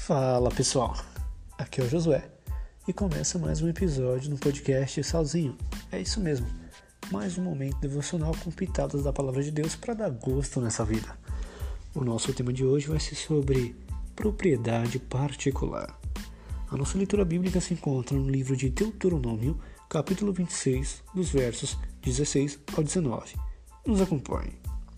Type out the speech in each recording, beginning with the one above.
Fala pessoal, aqui é o Josué e começa mais um episódio no podcast Sozinho. É isso mesmo, mais um momento devocional com pitadas da Palavra de Deus para dar gosto nessa vida. O nosso tema de hoje vai ser sobre propriedade particular. A nossa leitura bíblica se encontra no livro de Deuteronômio, capítulo 26, dos versos 16 ao 19. Nos acompanhe.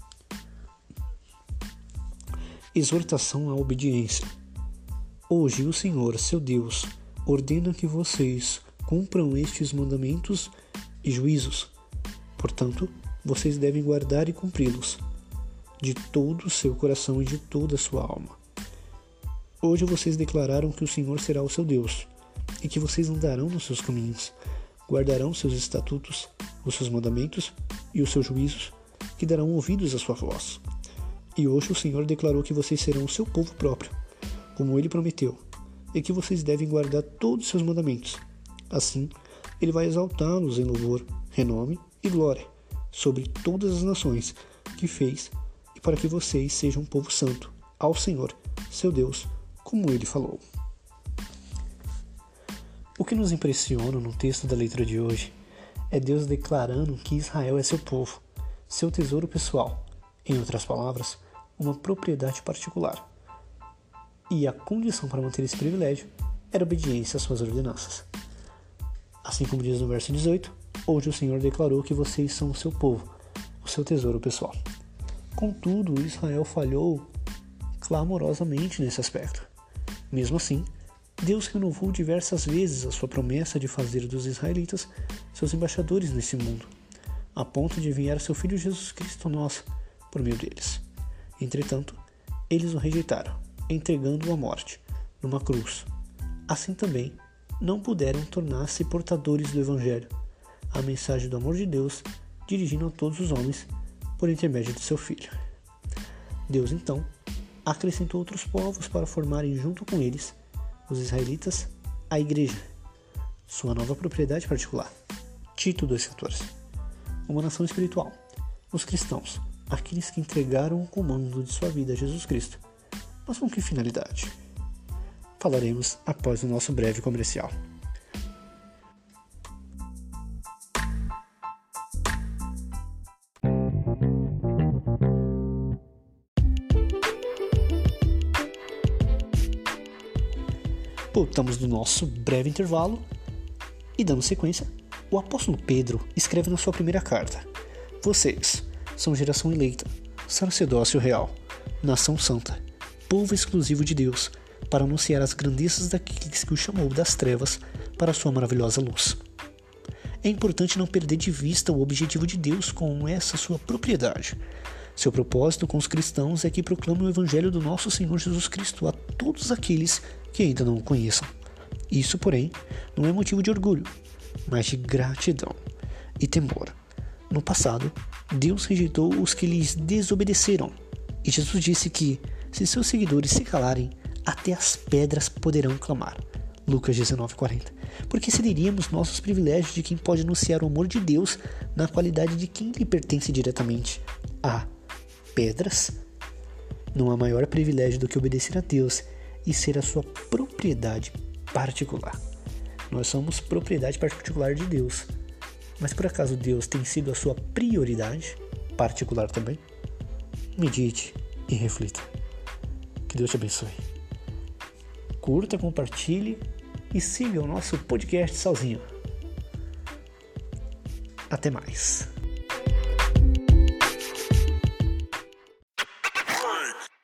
Exortação à obediência. Hoje o Senhor, seu Deus, ordena que vocês cumpram estes mandamentos e juízos. Portanto, vocês devem guardar e cumpri-los de todo o seu coração e de toda a sua alma. Hoje vocês declararam que o Senhor será o seu Deus e que vocês andarão nos seus caminhos, guardarão seus estatutos, os seus mandamentos e os seus juízos, que darão ouvidos à sua voz. E hoje o Senhor declarou que vocês serão o seu povo próprio, como Ele prometeu, e que vocês devem guardar todos os seus mandamentos. Assim, Ele vai exaltá-los em louvor, renome e glória sobre todas as nações que fez, e para que vocês sejam um povo santo ao Senhor, seu Deus, como Ele falou. O que nos impressiona no texto da leitura de hoje é Deus declarando que Israel é seu povo, seu tesouro pessoal, em outras palavras, uma propriedade particular. E a condição para manter esse privilégio era obediência às suas ordenanças. Assim como diz no verso 18, hoje o Senhor declarou que vocês são o seu povo, o seu tesouro pessoal. Contudo, Israel falhou clamorosamente nesse aspecto. Mesmo assim, Deus renovou diversas vezes a sua promessa de fazer dos israelitas seus embaixadores nesse mundo, a ponto de enviar seu Filho Jesus Cristo nosso por meio deles. Entretanto, eles o rejeitaram, entregando-o à morte, numa cruz. Assim também, não puderam tornar-se portadores do Evangelho, a mensagem do amor de Deus, dirigindo a todos os homens por intermédio de seu Filho. Deus, então, acrescentou outros povos para formarem junto com eles, os israelitas, a Igreja, sua nova propriedade particular. Tito 2,14. Uma nação espiritual, os cristãos, aqueles que entregaram o comando de sua vida a Jesus Cristo. Mas com que finalidade? Falaremos após o nosso breve comercial. Voltamos do nosso breve intervalo e, dando sequência, o apóstolo Pedro escreve na sua primeira carta: vocês são geração eleita, sacerdócio real, nação santa, povo exclusivo de Deus, para anunciar as grandezas daqueles que o chamou das trevas para a sua maravilhosa luz. É importante não perder de vista o objetivo de Deus com essa sua propriedade. Seu propósito com os cristãos é que proclamem o Evangelho do nosso Senhor Jesus Cristo a todos aqueles que ainda não o conheçam. Isso, porém, não é motivo de orgulho, mas de gratidão e temor. No passado, Deus rejeitou os que lhes desobedeceram, e Jesus disse que, se seus seguidores se calarem, até as pedras poderão clamar. Lucas 19,40. Porque cederíamos nossos privilégios de quem pode anunciar o amor de Deus na qualidade de quem lhe pertence diretamente a pedras? Não há maior privilégio do que obedecer a Deus e ser a sua propriedade particular. Nós somos propriedade particular de Deus. Mas por acaso Deus tem sido a sua prioridade particular também? Medite e reflita. Que Deus te abençoe. Curta, compartilhe e siga o nosso podcast sozinho. Até mais.